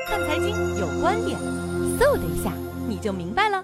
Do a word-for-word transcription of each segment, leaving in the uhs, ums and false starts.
看财经有观点，嗖的一下你就明白了。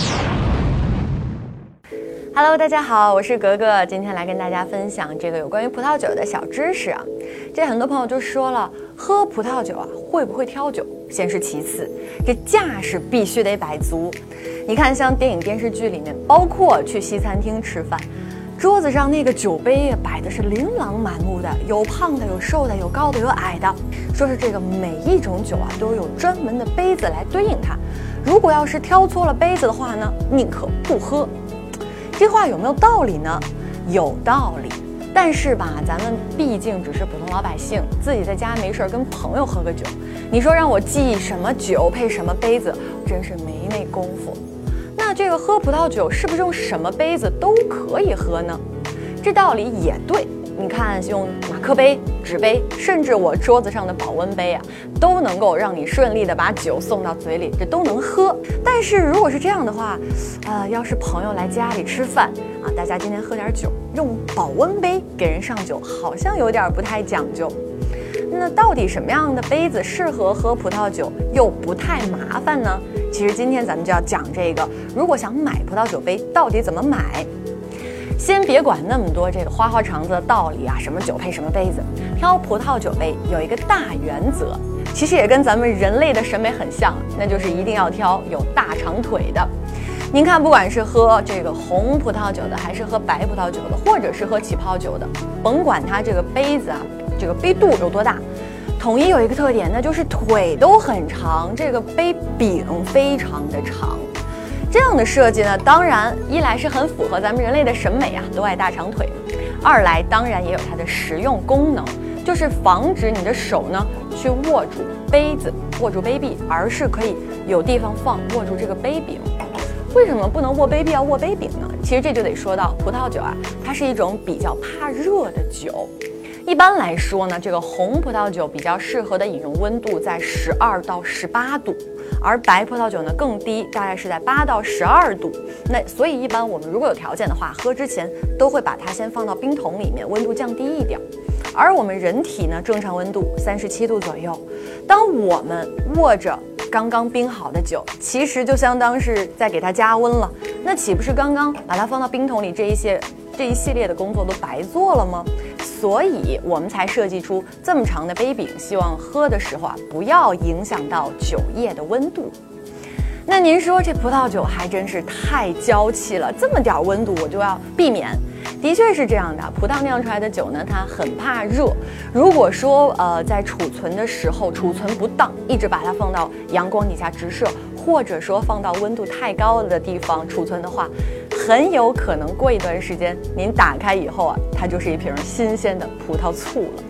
Hello， 大家好，我是格格，今天来跟大家分享这个有关于葡萄酒的小知识啊。这很多朋友就说了，喝葡萄酒啊会不会挑酒，先是其次，这架势必须得摆足。你看，像电影电视剧里面，包括去西餐厅吃饭，桌子上那个酒杯摆的是琳琅满目的，有胖的，有瘦的，有高的，有矮的。说是这个每一种酒啊都有专门的杯子来对应它。如果要是挑错了杯子的话呢，宁可不喝。这话有没有道理呢？有道理，但是吧，咱们毕竟只是普通老百姓，自己在家没事跟朋友喝个酒，你说让我记什么酒配什么杯子，真是没那功夫。那这个喝葡萄酒是不是用什么杯子都可以喝呢？这道理也对，你看用马克杯、纸杯，甚至我桌子上的保温杯啊，都能够让你顺利的把酒送到嘴里，这都能喝。但是如果是这样的话，呃，要是朋友来家里吃饭啊，大家今天喝点酒，用保温杯给人上酒，好像有点不太讲究。那到底什么样的杯子适合喝葡萄酒，又不太麻烦呢？其实今天咱们就要讲这个，如果想买葡萄酒杯，到底怎么买？先别管那么多这个花花肠子的道理啊，什么酒配什么杯子，挑葡萄酒杯有一个大原则，其实也跟咱们人类的审美很像，那就是一定要挑有大长腿的。您看，不管是喝这个红葡萄酒的，还是喝白葡萄酒的，或者是喝起泡酒的，甭管它这个杯子啊，这个杯肚有多大，统一有一个特点，那就是腿都很长，这个杯柄非常的长。这样的设计呢，当然一来是很符合咱们人类的审美啊，都爱大长腿；二来当然也有它的实用功能，就是防止你的手呢去握住杯子、握住杯壁，而是可以有地方放，握住这个杯柄。为什么不能握杯壁要握杯柄呢？其实这就得说到葡萄酒啊，它是一种比较怕热的酒。一般来说呢，这个红葡萄酒比较适合的饮用温度在十二到十八度，而白葡萄酒呢更低，大概是在八到十二度。那所以一般我们如果有条件的话，喝之前都会把它先放到冰桶里面，温度降低一点。而我们人体呢，正常温度三十七度左右。当我们握着刚刚冰好的酒，其实就相当是在给它加温了。那岂不是刚刚把它放到冰桶里这一些这一系列的工作都白做了吗？所以我们才设计出这么长的杯柄，希望喝的时候啊，不要影响到酒液的温度。那您说这葡萄酒还真是太娇气了，这么点温度我就要避免。的确是这样的，葡萄酿出来的酒呢，它很怕热。如果说呃在储存的时候储存不当，一直把它放到阳光底下直射，或者说放到温度太高的地方储存的话，很有可能过一段时间您打开以后啊，它就是一瓶新鲜的葡萄醋了。